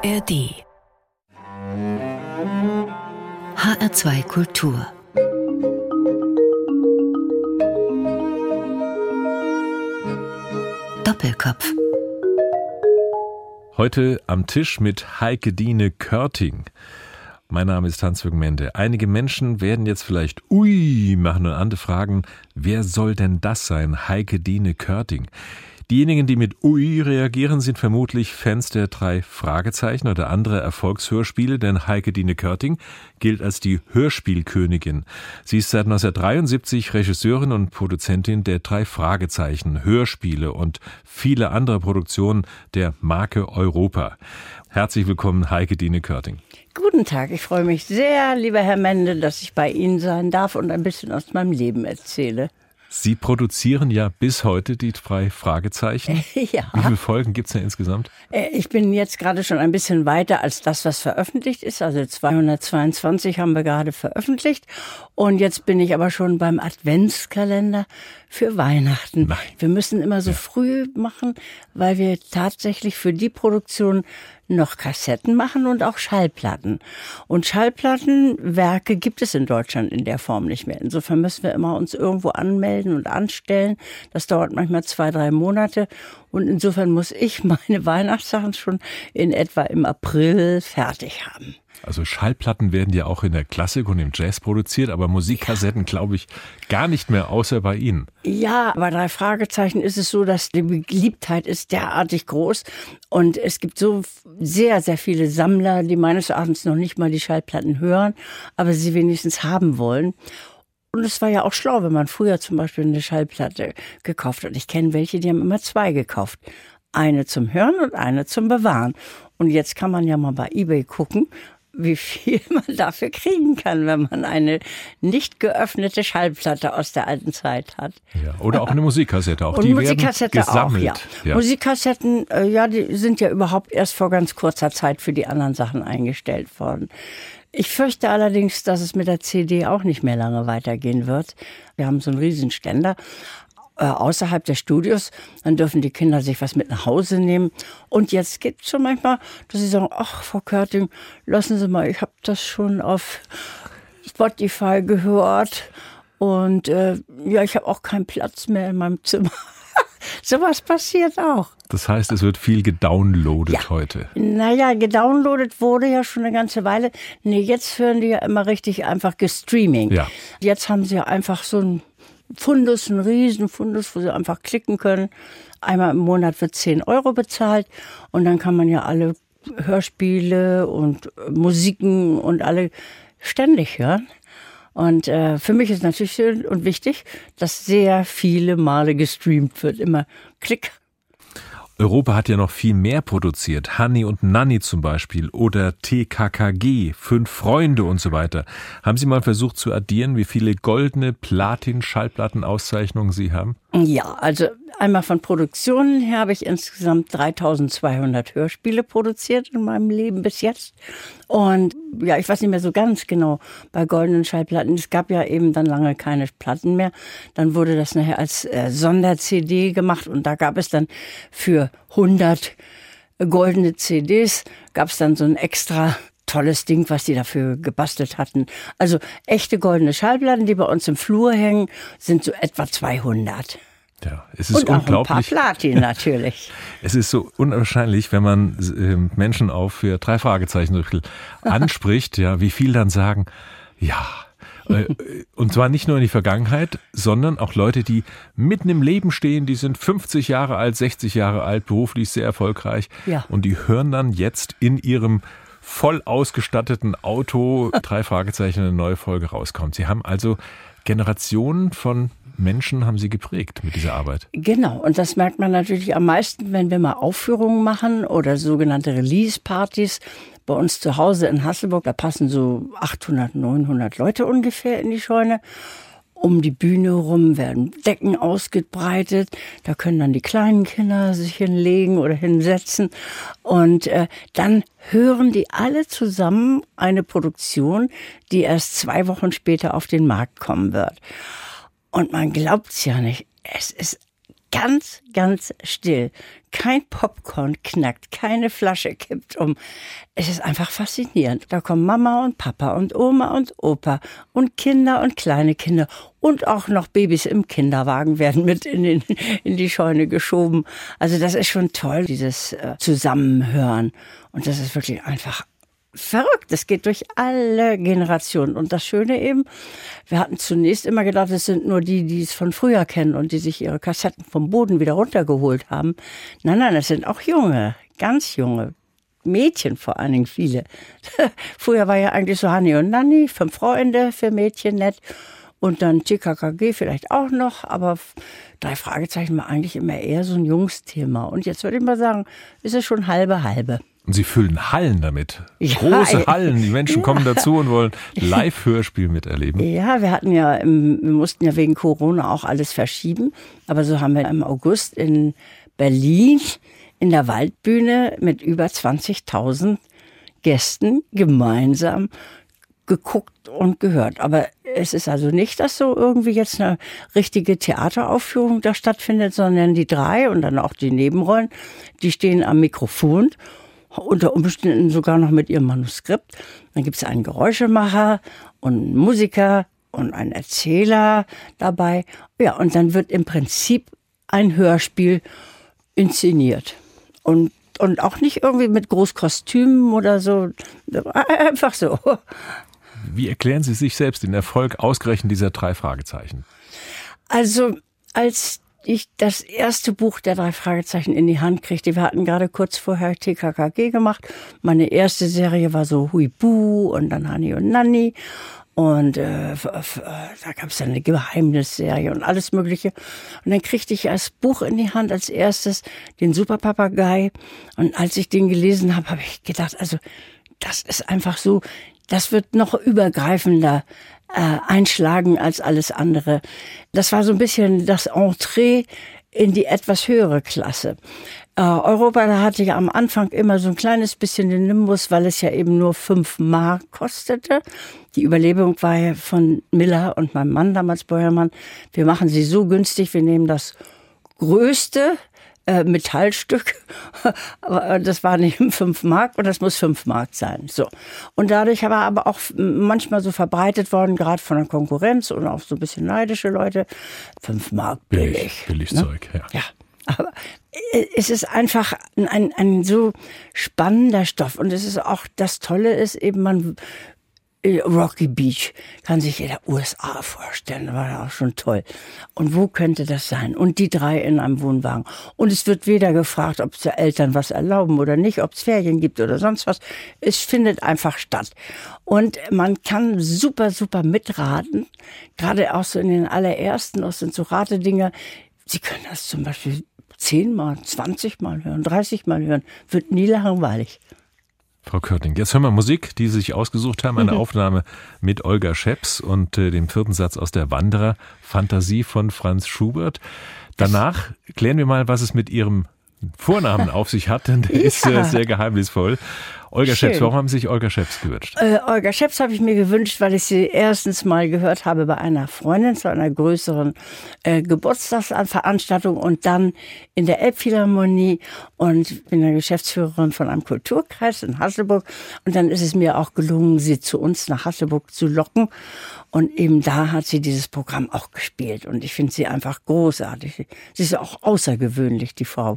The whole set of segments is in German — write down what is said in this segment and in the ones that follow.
ARD HR2 Kultur Doppelkopf. Heute am Tisch mit Heike-Dine Körting. Mein Name ist Hans-Jürgen Mende. Einige Menschen werden jetzt vielleicht Ui machen und andere fragen, wer soll denn das sein, Heike-Dine Körting? Diejenigen, die mit Ui reagieren, sind vermutlich Fans der 3 Fragezeichen oder anderer Erfolgshörspiele, denn Heike-Dine Körting gilt als die Hörspielkönigin. Sie ist seit 1973 Regisseurin und Produzentin der 3 Fragezeichen, Hörspiele und viele andere Produktionen der Marke Europa. Herzlich willkommen, Heike-Dine Körting. Guten Tag, ich freue mich sehr, lieber Herr Mende, dass ich bei Ihnen sein darf und ein bisschen aus meinem Leben erzähle. Sie produzieren ja bis heute die 3 Fragezeichen. Ja. Wie viele Folgen gibt es denn insgesamt? Ich bin jetzt gerade schon ein bisschen weiter als das, was veröffentlicht ist. Also 222 haben wir gerade veröffentlicht. Und jetzt bin ich aber schon beim Adventskalender für Weihnachten. Nein. Wir müssen immer so früh machen, weil wir tatsächlich für die Produktion noch Kassetten machen und auch Schallplatten. Und Schallplattenwerke gibt es in Deutschland in der Form nicht mehr. Insofern müssen wir immer uns irgendwo anmelden und anstellen. Das dauert manchmal 2-3 Monate. Und insofern muss ich meine Weihnachtssachen schon in etwa im April fertig haben. Also Schallplatten werden ja auch in der Klassik und im Jazz produziert, aber Musikkassetten glaube ich gar nicht mehr, außer bei Ihnen. Ja, bei 3 Fragezeichen ist es so, dass die Beliebtheit ist derartig groß und es gibt so sehr, sehr viele Sammler, die meines Erachtens noch nicht mal die Schallplatten hören, aber sie wenigstens haben wollen. Und es war ja auch schlau, wenn man früher zum Beispiel eine Schallplatte gekauft hat. Ich kenne welche, die haben immer 2 gekauft. Eine zum Hören und eine zum Bewahren. Und jetzt kann man ja mal bei eBay gucken, wie viel man dafür kriegen kann, wenn man eine nicht geöffnete Schallplatte aus der alten Zeit hat. Ja, oder auch eine Musikkassette. Auch und die Musikkassette werden gesammelt. Auch, ja. Musikkassetten, die sind ja überhaupt erst vor ganz kurzer Zeit für die anderen Sachen eingestellt worden. Ich fürchte allerdings, dass es mit der CD auch nicht mehr lange weitergehen wird. Wir haben so einen Riesenständer außerhalb des Studios, dann dürfen die Kinder sich was mit nach Hause nehmen. Und jetzt gibt es schon manchmal, dass sie sagen, ach, Frau Körting, lassen Sie mal, ich habe das schon auf Spotify gehört und ich habe auch keinen Platz mehr in meinem Zimmer. Sowas passiert auch. Das heißt, es wird viel gedownloadet heute. Naja, gedownloadet wurde ja schon eine ganze Weile. Nee, jetzt hören die ja immer richtig einfach gestreaming. Ja. Jetzt haben sie ja einfach so ein Fundus, ein Riesenfundus, wo sie einfach klicken können. Einmal im Monat wird 10 € bezahlt und dann kann man ja alle Hörspiele und Musiken und alle ständig hören. Und für mich ist natürlich schön und wichtig, dass sehr viele Male gestreamt wird. Immer Klick. Europa hat ja noch viel mehr produziert. Hanni und Nanni zum Beispiel oder TKKG, 5 Freunde und so weiter. Haben Sie mal versucht zu addieren, wie viele goldene Platin-Schallplatten-Auszeichnungen Sie haben? Ja, also einmal von Produktionen her habe ich insgesamt 3200 Hörspiele produziert in meinem Leben bis jetzt. Und ja, ich weiß nicht mehr so ganz genau bei goldenen Schallplatten. Es gab ja eben dann lange keine Platten mehr. Dann wurde das nachher als Sonder-CD gemacht und da gab es dann für 100 goldene CDs gab es dann so ein extra tolles Ding, was die dafür gebastelt hatten. Also echte goldene Schallplatten, die bei uns im Flur hängen, sind so etwa 200. Ja, es ist und auch unglaublich. Ein paar Platin natürlich. Es ist so unwahrscheinlich, wenn man Menschen auf für 3 Fragezeichen anspricht, ja, wie viel dann sagen, ja. Und zwar nicht nur in die Vergangenheit, sondern auch Leute, die mitten im Leben stehen, die sind 50 Jahre alt, 60 Jahre alt, beruflich sehr erfolgreich. Ja. Und die hören dann jetzt in ihrem voll ausgestatteten Auto 3 Fragezeichen eine neue Folge rauskommt. Sie haben also Generationen von Menschen haben Sie geprägt mit dieser Arbeit. Genau, und das merkt man natürlich am meisten, wenn wir mal Aufführungen machen oder sogenannte Release-Partys. Bei uns zu Hause in Hasselburg, da passen so 800, 900 Leute ungefähr in die Scheune. Um die Bühne rum werden Decken ausgebreitet. Da können dann die kleinen Kinder sich hinlegen oder hinsetzen. Und dann hören die alle zusammen eine Produktion, die erst 2 Wochen später auf den Markt kommen wird. Und man glaubt's ja nicht. Es ist ganz, ganz still. Kein Popcorn knackt, keine Flasche kippt um. Es ist einfach faszinierend. Da kommen Mama und Papa und Oma und Opa und Kinder und kleine Kinder und auch noch Babys im Kinderwagen werden mit in die Scheune geschoben. Also das ist schon toll, dieses Zusammenhören. Und das ist wirklich einfach verrückt. Das geht durch alle Generationen. Und das Schöne eben, wir hatten zunächst immer gedacht, es sind nur die es von früher kennen und die sich ihre Kassetten vom Boden wieder runtergeholt haben. Nein, es sind auch junge, ganz junge Mädchen, vor allen Dingen viele. Früher war ja eigentlich so Hanni und Nanni, 5 Freunde für Mädchen nett. Und dann TKKG vielleicht auch noch, aber 3 Fragezeichen war eigentlich immer eher so ein Jungsthema. Und jetzt würde ich mal sagen, ist es schon halbe. Und Sie füllen Hallen damit. Ja, Große Hallen. Die Menschen kommen dazu und wollen Live-Hörspiel miterleben. Ja, wir mussten ja wegen Corona auch alles verschieben. Aber so haben wir im August in Berlin in der Waldbühne mit über 20.000 Gästen gemeinsam geguckt und gehört. Aber es ist also nicht, dass so irgendwie jetzt eine richtige Theateraufführung da stattfindet, sondern die 3 und dann auch die Nebenrollen, die stehen am Mikrofon, unter Umständen sogar noch mit ihrem Manuskript. Dann gibt es einen Geräuschemacher und einen Musiker und einen Erzähler dabei. Ja, und dann wird im Prinzip ein Hörspiel inszeniert. Und auch nicht irgendwie mit Großkostümen oder so. Einfach so. Wie erklären Sie sich selbst den Erfolg ausgerechnet dieser 3 Fragezeichen? Also, als ich das erste Buch der 3 Fragezeichen in die Hand kriegte, wir hatten gerade kurz vorher TKKG gemacht. Meine erste Serie war so Huibu und dann Hanni und Nanni. Und da gab es dann eine Geheimnisserie und alles Mögliche. Und dann kriegte ich als Buch in die Hand als erstes den Superpapagei. Und als ich den gelesen habe, habe ich gedacht, also das ist einfach so, das wird noch übergreifender einschlagen als alles andere. Das war so ein bisschen das Entree in die etwas höhere Klasse. Europa, da hatte ja am Anfang immer so ein kleines bisschen den Nimbus, weil es ja eben nur 5 Mark kostete. Die Überlebung war ja von Miller und meinem Mann damals, Beuermann. Wir machen sie so günstig, wir nehmen das größte Metallstück, aber das war nicht 5 Mark und das muss 5 Mark sein. So. Und dadurch war aber auch manchmal so verbreitet worden, gerade von der Konkurrenz und auch so ein bisschen neidische Leute, 5 Mark billig. Billig ne? Zeug, ja. Ja, aber es ist einfach ein so spannender Stoff und es ist auch, das Tolle ist eben, Rocky Beach kann sich jeder USA vorstellen, war ja auch schon toll. Und wo könnte das sein? Und die 3 in einem Wohnwagen. Und es wird weder gefragt, ob die Eltern was erlauben oder nicht, ob es Ferien gibt oder sonst was. Es findet einfach statt. Und man kann super, super mitraten. Gerade auch so in den allerersten, das sind so Ratedinger. Sie können das zum Beispiel 10 Mal, 20 Mal hören, 30 Mal hören. Wird nie langweilig. Frau Körting, jetzt hören wir Musik, die Sie sich ausgesucht haben, eine Aufnahme mit Olga Scheps und dem 4. Satz aus der Wanderer, Fantasie von Franz Schubert. Danach klären wir mal, was es mit Ihrem Vornamen auf sich hat, denn der ist sehr geheimnisvoll. Olga Scheps, warum haben Sie sich Olga Scheps gewünscht? Olga Scheps habe ich mir gewünscht, weil ich sie erstens mal gehört habe bei einer Freundin zu einer größeren Geburtstagsveranstaltung und dann in der Elbphilharmonie und bin ja Geschäftsführerin von einem Kulturkreis in Hasselburg und dann ist es mir auch gelungen, sie zu uns nach Hasselburg zu locken und eben da hat sie dieses Programm auch gespielt und ich finde sie einfach großartig. Sie ist auch außergewöhnlich, die Frau.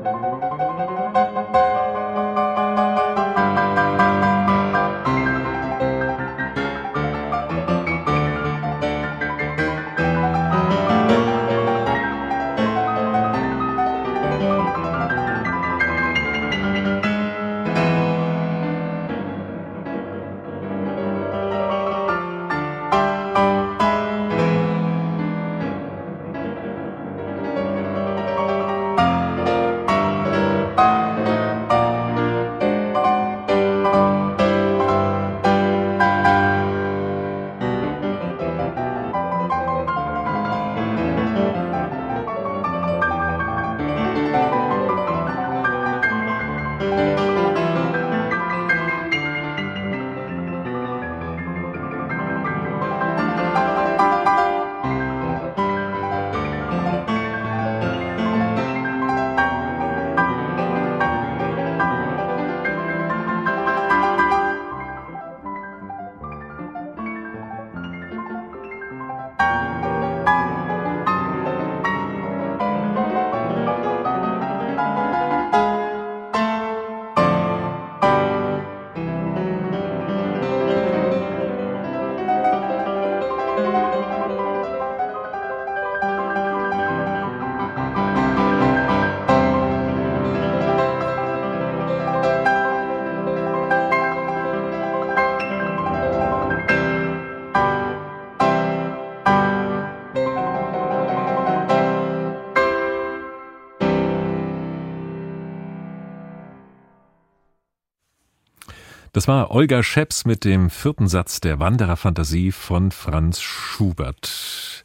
Das war Olga Scheps mit dem 4. Satz der Wandererfantasie von Franz Schubert.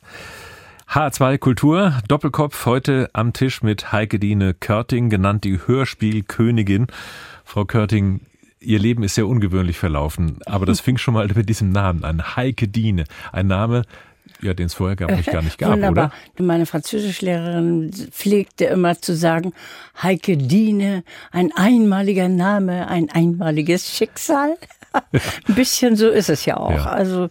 HR2 Kultur, Doppelkopf, heute am Tisch mit Heikedine Körting, genannt die Hörspielkönigin. Frau Körting, Ihr Leben ist sehr ungewöhnlich verlaufen, aber das fing schon mal mit diesem Namen an, Heikedine. Ein Name, ja, den es vorher gar nicht gab, wunderbar. Oder? Meine Französischlehrerin pflegte immer zu sagen, Heikedine, ein einmaliger Name, ein einmaliges Schicksal. Ein bisschen so ist es ja auch. Ja. Also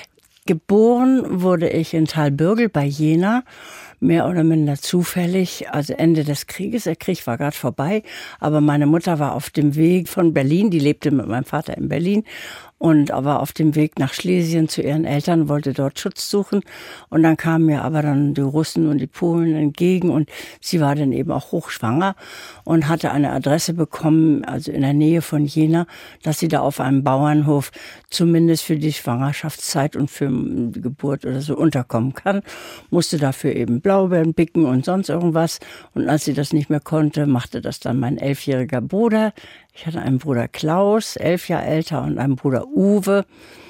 geboren wurde ich in Thalbürgel bei Jena, mehr oder minder zufällig, also Ende des Krieges. Der Krieg war gerade vorbei, aber meine Mutter war auf dem Weg von Berlin, die lebte mit meinem Vater in Berlin und war auf dem Weg nach Schlesien zu ihren Eltern, wollte dort Schutz suchen. Und dann kamen mir aber dann die Russen und die Polen entgegen und sie war dann eben auch hochschwanger und hatte eine Adresse bekommen, also in der Nähe von Jena, dass sie da auf einem Bauernhof zumindest für die Schwangerschaftszeit und für die Geburt oder so unterkommen kann. Musste dafür eben Blaubeeren picken und sonst irgendwas. Und als sie das nicht mehr konnte, machte das dann mein 11-jähriger Bruder. Ich hatte einen Bruder Klaus, 11 Jahre älter, und einen Bruder Uwe,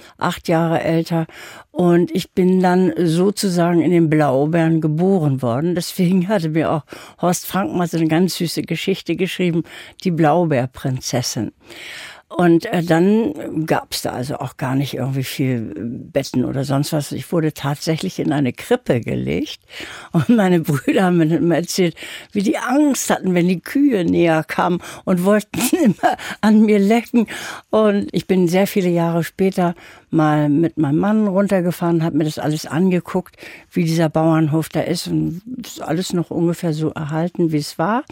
8 Jahre älter. Und ich bin dann sozusagen in den Blaubeeren geboren worden. Deswegen hatte mir auch Horst Frank mal so eine ganz süße Geschichte geschrieben, die Blaubeerprinzessin. Und dann gab es da also auch gar nicht irgendwie viel Betten oder sonst was. Ich wurde tatsächlich in eine Krippe gelegt. Und meine Brüder haben mir immer erzählt, wie die Angst hatten, wenn die Kühe näher kamen und wollten immer an mir lecken. Und ich bin sehr viele Jahre später mal mit meinem Mann runtergefahren, habe mir das alles angeguckt, wie dieser Bauernhof da ist. Und das ist alles noch ungefähr so erhalten, wie es war.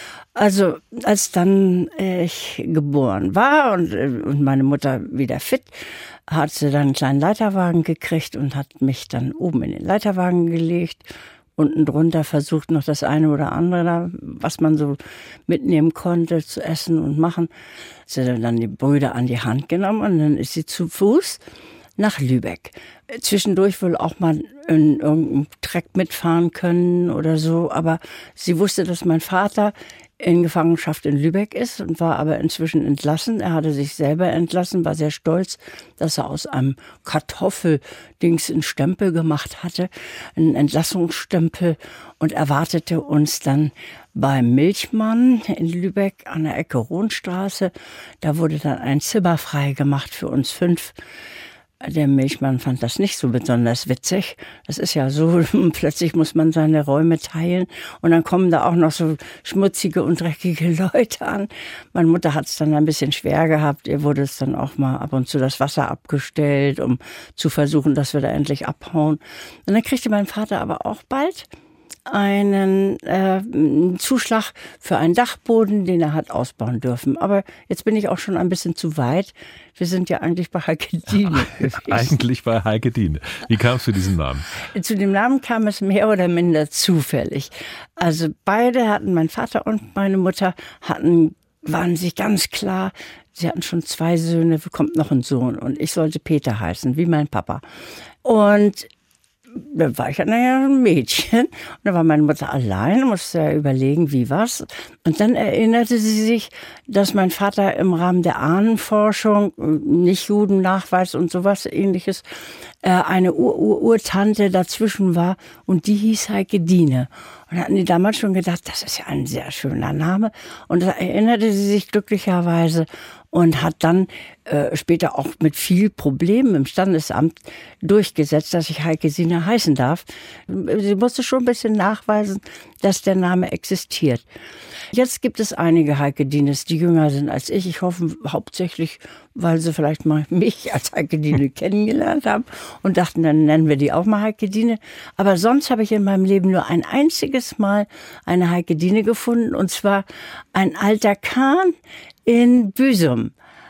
Also als dann ich geboren war und meine Mutter wieder fit, hat sie dann einen kleinen Leiterwagen gekriegt und hat mich dann oben in den Leiterwagen gelegt. Unten drunter versucht noch das eine oder andere da, was man so mitnehmen konnte, zu essen und machen. Sie hat dann die Brüder an die Hand genommen und dann ist sie zu Fuß nach Lübeck. Zwischendurch wohl auch mal in irgendeinem Treck mitfahren können oder so, aber sie wusste, dass mein Vater in Gefangenschaft in Lübeck ist und war aber inzwischen entlassen. Er hatte sich selber entlassen, war sehr stolz, dass er aus einem Kartoffeldings einen Stempel gemacht hatte, einen Entlassungsstempel, und erwartete uns dann beim Milchmann in Lübeck an der Ecke Rohnstraße. Da wurde dann ein Zimmer frei gemacht für uns 5. Der Milchmann fand das nicht so besonders witzig. Das ist ja so, plötzlich muss man seine Räume teilen und dann kommen da auch noch so schmutzige und dreckige Leute an. Meine Mutter hat es dann ein bisschen schwer gehabt. Ihr wurde es dann auch mal ab und zu das Wasser abgestellt, um zu versuchen, dass wir da endlich abhauen. Und dann kriegte mein Vater aber auch bald einen Zuschlag für einen Dachboden, den er hat ausbauen dürfen. Aber jetzt bin ich auch schon ein bisschen zu weit. Wir sind ja eigentlich bei Heike Diene gewesen. Eigentlich bei Heike Diene. Wie kam es zu diesem Namen? Zu dem Namen kam es mehr oder minder zufällig. Also beide hatten, mein Vater und meine Mutter waren sich ganz klar, sie hatten schon 2 Söhne, kommt noch ein Sohn und ich sollte Peter heißen, wie mein Papa. Und da war ich ein Mädchen und da war meine Mutter allein, musste ja überlegen, wie was. Und dann erinnerte sie sich, dass mein Vater im Rahmen der Ahnenforschung, nicht Judennachweis und sowas Ähnliches, eine Urtante dazwischen war und die hieß Heike Diene. Und hatten die damals schon gedacht, das ist ja ein sehr schöner Name. Und da erinnerte sie sich glücklicherweise und hat dann später auch mit viel Problemen im Standesamt durchgesetzt, dass ich Heike Diene heißen darf. Sie musste schon ein bisschen nachweisen, dass der Name existiert. Jetzt gibt es einige Heike Dienes, die jünger sind als ich. Ich hoffe hauptsächlich, weil sie vielleicht mal mich als Heike Diene kennengelernt haben und dachten, dann nennen wir die auch mal Heike Diene. Aber sonst habe ich in meinem Leben nur ein einziges Mal eine Heike Diene gefunden, und zwar ein alter Kahn in Büsum.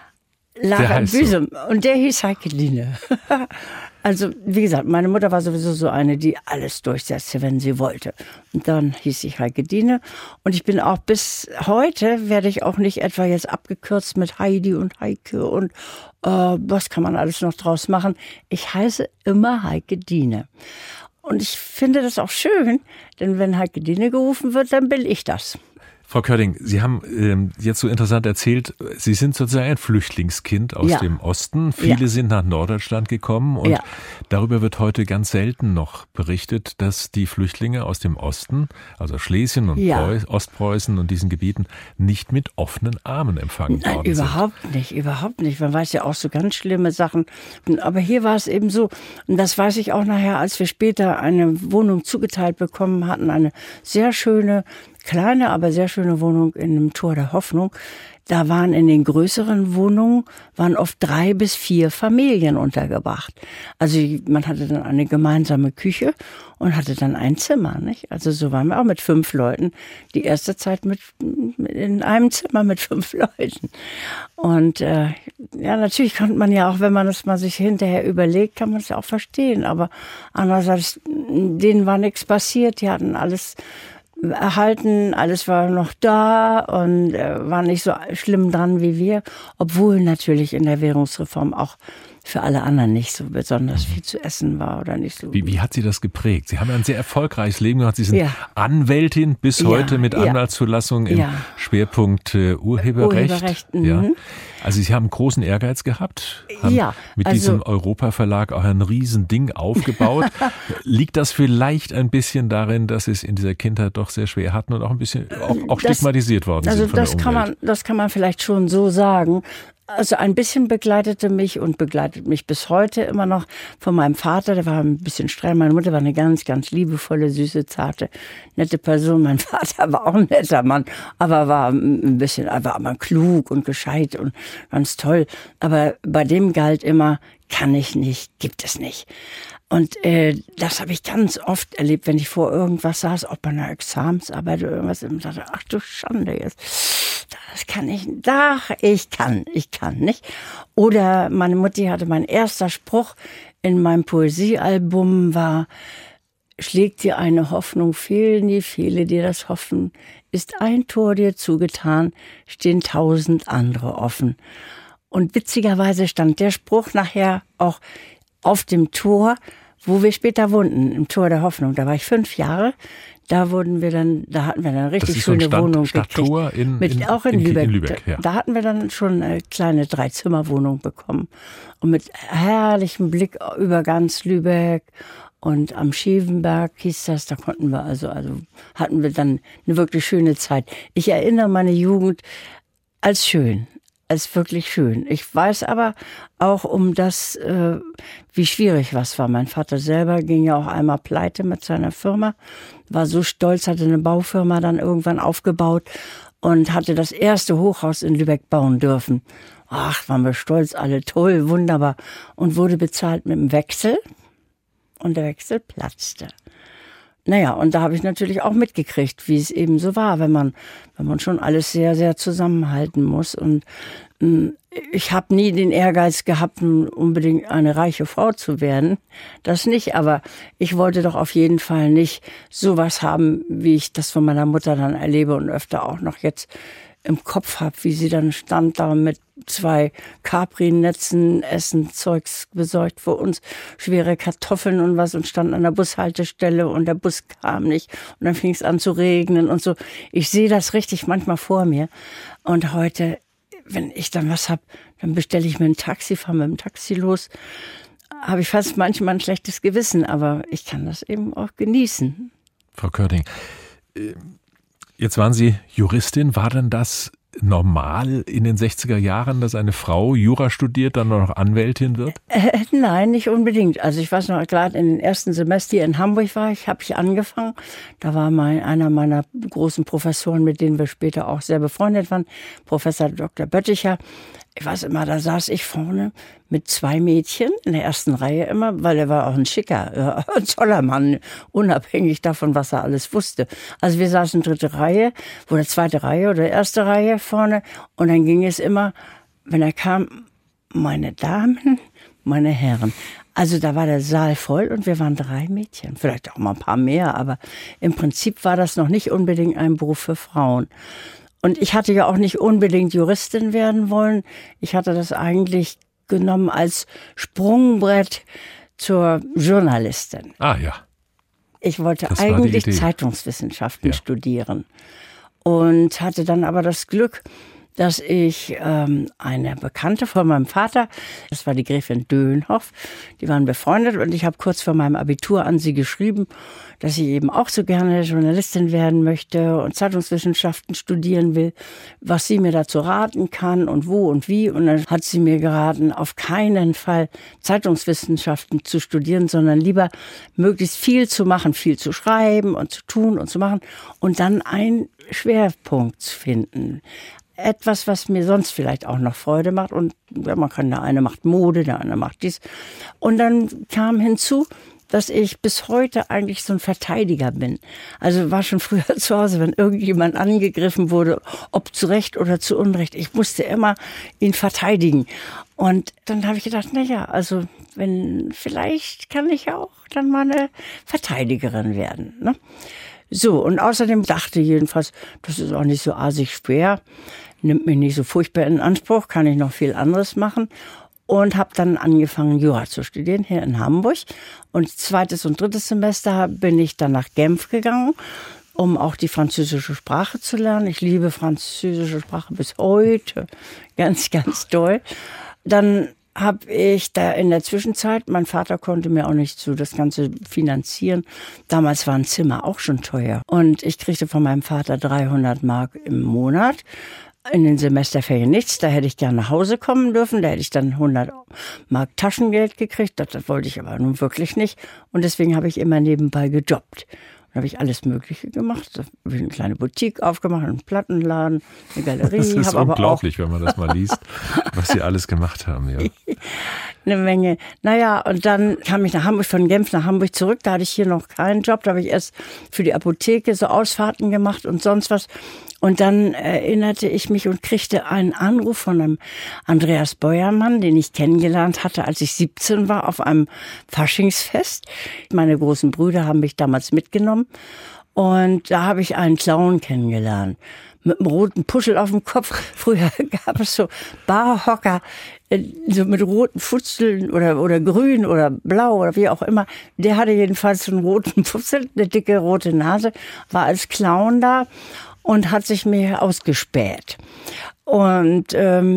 Lag in Büsum. So. Und der hieß Heike Diene. Also, wie gesagt, meine Mutter war sowieso so eine, die alles durchsetzte, wenn sie wollte. Und dann hieß ich Heike Diene. Und ich bin auch bis heute, werde ich auch nicht etwa jetzt abgekürzt mit Heidi und Heike und was kann man alles noch draus machen. Ich heiße immer Heike Diene. Und ich finde das auch schön, denn wenn Heike Diene gerufen wird, dann bin ich das. Frau Körting, Sie haben jetzt so interessant erzählt, Sie sind sozusagen ein Flüchtlingskind aus dem Osten. Viele sind nach Norddeutschland gekommen und darüber wird heute ganz selten noch berichtet, dass die Flüchtlinge aus dem Osten, also Schlesien und Ostpreußen und diesen Gebieten, nicht mit offenen Armen empfangen worden sind. Überhaupt nicht. Man weiß ja auch so ganz schlimme Sachen. Aber hier war es eben so, und das weiß ich auch nachher, als wir später eine Wohnung zugeteilt bekommen hatten, eine sehr schöne, kleine, aber sehr schöne Wohnung in einem Tor der Hoffnung. Da waren in den größeren Wohnungen oft 3 bis 4 Familien untergebracht. Also man hatte dann eine gemeinsame Küche und hatte dann ein Zimmer, nicht? Also so waren wir auch mit 5 Leuten. Die erste Zeit in einem Zimmer mit 5 Leuten. Und natürlich konnte man ja auch, wenn man das mal sich hinterher überlegt, kann man es ja auch verstehen. Aber andererseits, denen war nichts passiert. Die hatten alles erhalten, alles war noch da und war nicht so schlimm dran wie wir, obwohl natürlich in der Währungsreform auch für alle anderen nicht so besonders viel zu essen war oder nicht so. Wie hat Sie das geprägt? Sie haben ja ein sehr erfolgreiches Leben gehabt. Sie sind Anwältin bis heute mit Anwaltszulassung im Schwerpunkt Urheberrecht. Also Sie haben großen Ehrgeiz gehabt, haben mit diesem Europa-Verlag auch ein Riesending aufgebaut. Liegt das vielleicht ein bisschen darin, dass Sie es in dieser Kindheit doch sehr schwer hatten und auch ein bisschen auch stigmatisiert worden sind von der Umwelt? Das kann man vielleicht schon so sagen. Also ein bisschen begleitet mich bis heute immer noch von meinem Vater, der war ein bisschen streng. Meine Mutter war eine ganz, ganz liebevolle, süße, zarte, nette Person. Mein Vater war auch ein netter Mann, aber war aber klug und gescheit und ganz toll. Aber bei dem galt immer, kann ich nicht, gibt es nicht. Und das habe ich ganz oft erlebt, wenn ich vor irgendwas saß, ob bei einer Examensarbeit oder irgendwas, und dachte, ach du Schande jetzt. Das kann ich, ich kann nicht. Oder meine Mutti hatte, mein erster Spruch in meinem Poesiealbum war, schlägt dir eine Hoffnung, fehlen die viele, die das hoffen, ist ein Tor dir zugetan, stehen 1000 andere offen. Und witzigerweise stand der Spruch nachher auch auf dem Tor, wo wir später wohnten, im Tor der Hoffnung. Da war ich 5 Jahre. Da hatten wir dann eine richtig schöne Wohnung gekriegt. Auch in Lübeck. Da hatten wir dann schon eine kleine 3-Zimmer-Wohnung bekommen. Und mit herrlichem Blick über ganz Lübeck und am Schevenberg hieß das, da konnten wir also hatten wir dann eine wirklich schöne Zeit. Ich erinnere meine Jugend als schön. Als wirklich schön. Ich weiß aber auch um das, wie schwierig was war. Mein Vater selber ging ja auch einmal pleite mit seiner Firma, war so stolz, hatte eine Baufirma dann irgendwann aufgebaut und hatte das erste Hochhaus in Lübeck bauen dürfen. Ach, waren wir stolz, alle toll, wunderbar. Und wurde bezahlt mit dem Wechsel und der Wechsel platzte. Naja, und da habe ich natürlich auch mitgekriegt, wie es eben so war, wenn man schon alles sehr, sehr zusammenhalten muss. Und ich habe nie den Ehrgeiz gehabt, unbedingt eine reiche Frau zu werden. Das nicht, aber ich wollte doch auf jeden Fall nicht sowas haben, wie ich das von meiner Mutter dann erlebe und öfter auch noch jetzt im Kopf habe, wie sie dann stand da mit 2 Capri-Netzen, Zeugs besorgt für uns, schwere Kartoffeln und was und stand an der Bushaltestelle und der Bus kam nicht und dann fing es an zu regnen und so. Ich sehe das richtig manchmal vor mir und heute, wenn ich dann was habe, dann bestelle ich mir ein Taxi, fahre mit dem Taxi los, habe ich fast manchmal ein schlechtes Gewissen, aber ich kann das eben auch genießen. Frau Körting, jetzt waren Sie Juristin. War denn das normal in den 60er Jahren, dass eine Frau Jura studiert, dann noch Anwältin wird? Nein, nicht unbedingt. Also ich weiß noch, gerade in den ersten Semester in Hamburg habe ich angefangen. Da war einer meiner großen Professoren, mit denen wir später auch sehr befreundet waren, Professor Dr. Bötticher. Ich weiß immer, da saß ich vorne mit 2 Mädchen in der ersten Reihe immer, weil er war auch ein schicker, ein toller Mann, unabhängig davon, was er alles wusste. Also wir saßen 3. Reihe, oder 2. Reihe oder 1. Reihe vorne und dann ging es immer, wenn er kam, meine Damen, meine Herren. Also da war der Saal voll und wir waren 3 Mädchen, vielleicht auch mal ein paar mehr, aber im Prinzip war das noch nicht unbedingt ein Beruf für Frauen. Und ich hatte ja auch nicht unbedingt Juristin werden wollen. Ich hatte das eigentlich genommen als Sprungbrett zur Journalistin. Ah ja. Ich wollte eigentlich Zeitungswissenschaften studieren und hatte dann aber das Glück, dass ich eine Bekannte von meinem Vater, das war die Gräfin Dönhoff, die waren befreundet und ich habe kurz vor meinem Abitur an sie geschrieben, dass ich eben auch so gerne Journalistin werden möchte und Zeitungswissenschaften studieren will, was sie mir dazu raten kann und wo und wie. Und dann hat sie mir geraten, auf keinen Fall Zeitungswissenschaften zu studieren, sondern lieber möglichst viel zu machen, viel zu schreiben und zu tun und zu machen und dann einen Schwerpunkt zu finden. Etwas, was mir sonst vielleicht auch noch Freude macht. Und ja, der eine macht Mode, der andere macht dies. Und dann kam hinzu, dass ich bis heute eigentlich so ein Verteidiger bin. Also war schon früher zu Hause, wenn irgendjemand angegriffen wurde, ob zu Recht oder zu Unrecht. Ich musste immer ihn verteidigen. Und dann habe ich gedacht, also vielleicht kann ich ja auch dann mal eine Verteidigerin werden, ne? So, und außerdem dachte jedenfalls, das ist auch nicht so asig schwer, nimmt mich nicht so furchtbar in Anspruch, kann ich noch viel anderes machen. Und habe dann angefangen, Jura zu studieren hier in Hamburg. Und 2. und 3. Semester bin ich dann nach Genf gegangen, um auch die französische Sprache zu lernen. Ich liebe französische Sprache bis heute, ganz, ganz toll. Dann habe ich da in der Zwischenzeit, mein Vater konnte mir auch nicht so das Ganze finanzieren. Damals war ein Zimmer auch schon teuer. Und ich kriegte von meinem Vater 300 Mark im Monat. In den Semesterferien nichts, da hätte ich gerne nach Hause kommen dürfen. Da hätte ich dann 100 Mark Taschengeld gekriegt. Das wollte ich aber nun wirklich nicht. Und deswegen habe ich immer nebenbei gejobbt. Da habe ich alles Mögliche gemacht. Da habe ich eine kleine Boutique aufgemacht, einen Plattenladen, eine Galerie. Das ist unglaublich, wenn man das mal liest, was Sie alles gemacht haben. Ja. Eine Menge. Naja, und dann kam ich nach Hamburg, von Genf nach Hamburg zurück. Da hatte ich hier noch keinen Job. Da habe ich erst für die Apotheke so Ausfahrten gemacht und sonst was. Und dann erinnerte ich mich und kriegte einen Anruf von einem Andreas Beuermann, den ich kennengelernt hatte, als ich 17 war, auf einem Faschingsfest. Meine großen Brüder haben mich damals mitgenommen. Und da habe ich einen Clown kennengelernt. Mit einem roten Puschel auf dem Kopf. Früher gab es so Barhocker, so mit roten Futzeln oder grün oder blau oder wie auch immer. Der hatte jedenfalls so einen roten Futzel, eine dicke rote Nase, war als Clown da und hat sich mir ausgespäht. Und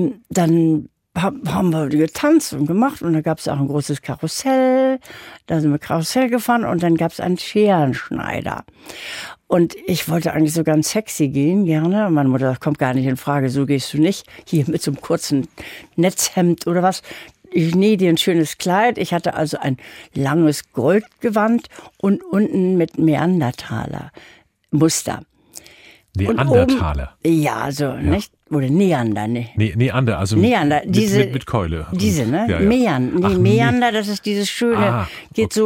dann haben wir getanzt und gemacht und da gab es auch ein großes Karussell. Da sind wir Karussell gefahren und dann gab es einen Scherenschneider. Und ich wollte eigentlich so ganz sexy gehen, gerne. Und meine Mutter sagt, kommt gar nicht in Frage, so gehst du nicht. Hier mit so einem kurzen Netzhemd oder was. Ich nähe dir ein schönes Kleid. Ich hatte also ein langes Goldgewand und unten mit Neandertaler Muster. Neandertaler? Oben, ja, so, ja. Nicht? Oder Neander, ne? Neander, also Neander, mit Keule. Diese, ne? Ja, ja. Meander, das ist dieses schöne, geht so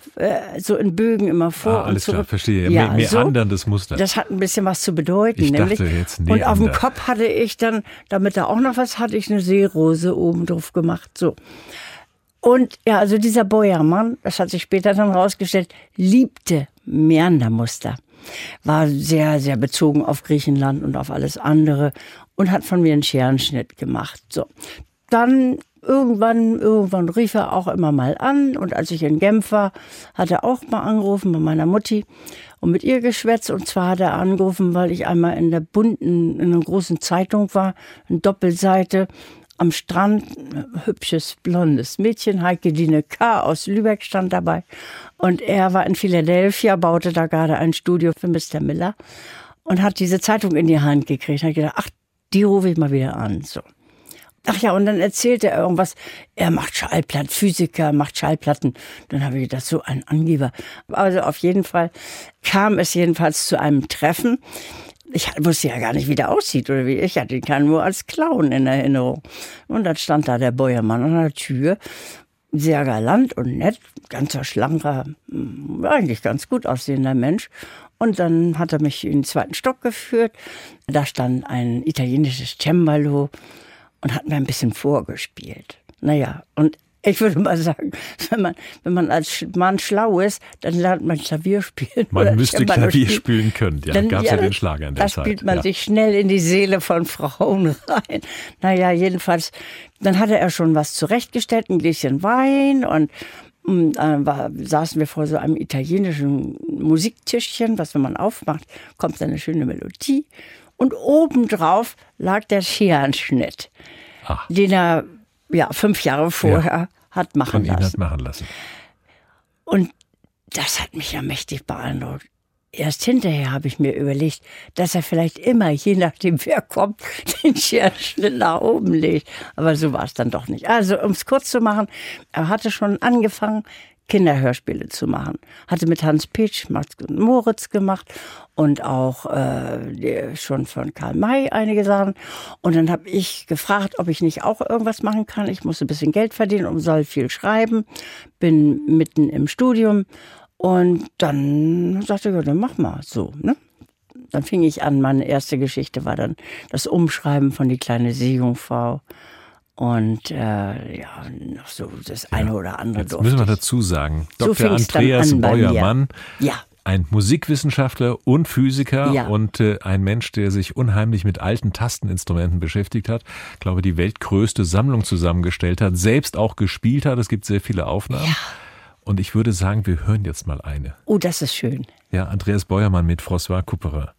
so in Bögen immer vor und alles zurück. klar, verstehe. Ja, Meanderndes Muster. Das hat ein bisschen was zu bedeuten. Ich nämlich. dachte jetzt Und auf dem Neander. Kopf hatte ich dann, damit da auch noch was, hatte ich eine Seerose oben drauf gemacht. So. Und ja, also dieser Bäuermann, das hat sich später dann rausgestellt, liebte Meandermuster. War sehr, sehr bezogen auf Griechenland und auf alles andere und hat von mir einen Scherenschnitt gemacht. So. Dann irgendwann rief er auch immer mal an. Und als ich in Genf war, hat er auch mal angerufen bei meiner Mutti und mit ihr geschwätzt. Und zwar hat er angerufen, weil ich einmal in einer großen Zeitung war, eine Doppelseite. Am Strand, ein hübsches, blondes Mädchen, Heike-Dine K. aus Lübeck stand dabei. Und er war in Philadelphia, baute da gerade ein Studio für Mr. Miller und hat diese Zeitung in die Hand gekriegt. Hat gedacht, ach, die rufe ich mal wieder an. So. Ach ja, und dann erzählte er irgendwas, er macht Schallplatten, Physiker, macht Schallplatten. Dann habe ich gedacht, so ein Angeber. Also auf jeden Fall kam es jedenfalls zu einem Treffen. Ich wusste ja gar nicht, wie der aussieht oder wie. Ich hatte ihn nur als Clown in Erinnerung. Und dann stand da der Bäuermann an der Tür, sehr galant und nett, ganzer, schlanker, eigentlich ganz gut aussehender Mensch. Und dann hat er mich in den 2. Stock geführt. Da stand ein italienisches Cembalo und hat mir ein bisschen vorgespielt. Naja, und ich würde mal sagen, wenn man als Mann schlau ist, dann lernt man Klavier spielen. Man müsste Klavier spielen können. Ja, gab es ja den Schlager in der Zeit. Da spielt man sich schnell in die Seele von Frauen rein. Naja, jedenfalls, dann hatte er schon was zurechtgestellt, ein Gläschen Wein und saßen wir vor so einem italienischen Musiktischchen, was wenn man aufmacht, kommt eine schöne Melodie. Und obendrauf lag der Scherenschnitt, den er 5 Jahre vorher hat machen lassen. Und das hat mich ja mächtig beeindruckt. Erst hinterher habe ich mir überlegt, dass er vielleicht immer, je nachdem wer kommt, den Scherenschnitt nach oben legt. Aber so war es dann doch nicht. Also, um es kurz zu machen, er hatte schon angefangen, Kinderhörspiele zu machen. Hatte mit Hans Pitsch, Max und Moritz gemacht und auch schon von Karl May einige Sachen. Und dann habe ich gefragt, ob ich nicht auch irgendwas machen kann. Ich musste ein bisschen Geld verdienen und soll viel schreiben. Bin mitten im Studium. Und dann sagte ich, ja, dann mach mal so, ne? Dann fing ich an, meine erste Geschichte war dann das Umschreiben von Die kleine Seejungfrau. Und noch so das eine oder andere Jetzt müssen wir dazu sagen, Dr. Andreas Bäuermann, ein Musikwissenschaftler und Physiker und ein Mensch, der sich unheimlich mit alten Tasteninstrumenten beschäftigt hat. Ich glaube, die weltgrößte Sammlung zusammengestellt hat, selbst auch gespielt hat. Es gibt sehr viele Aufnahmen. Ja. Und ich würde sagen, wir hören jetzt mal eine. Oh, das ist schön. Ja, Andreas Bäuermann mit François Couperin.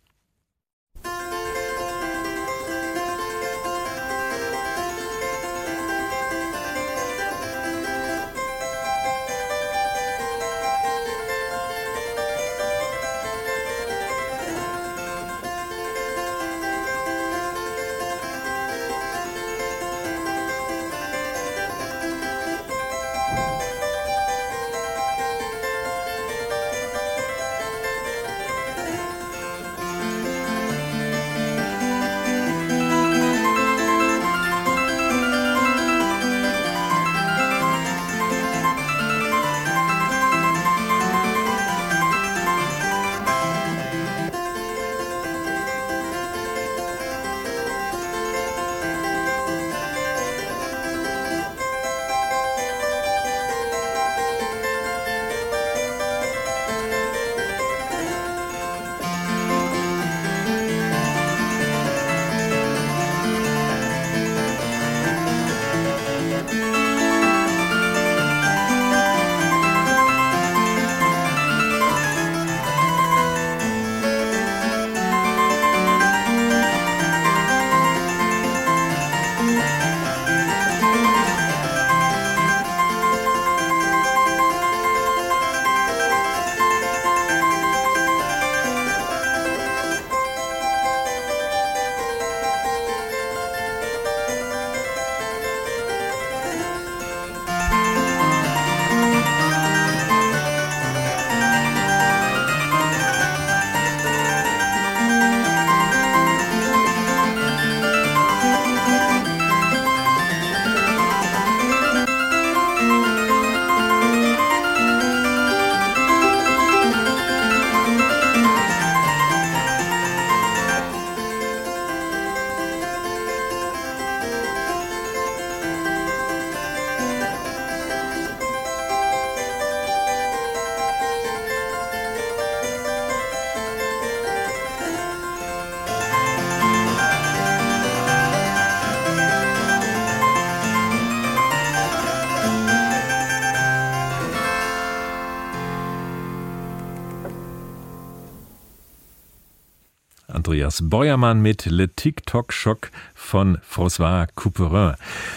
Andreas Beuermann mit Le TikTok-Schock von François Couperin.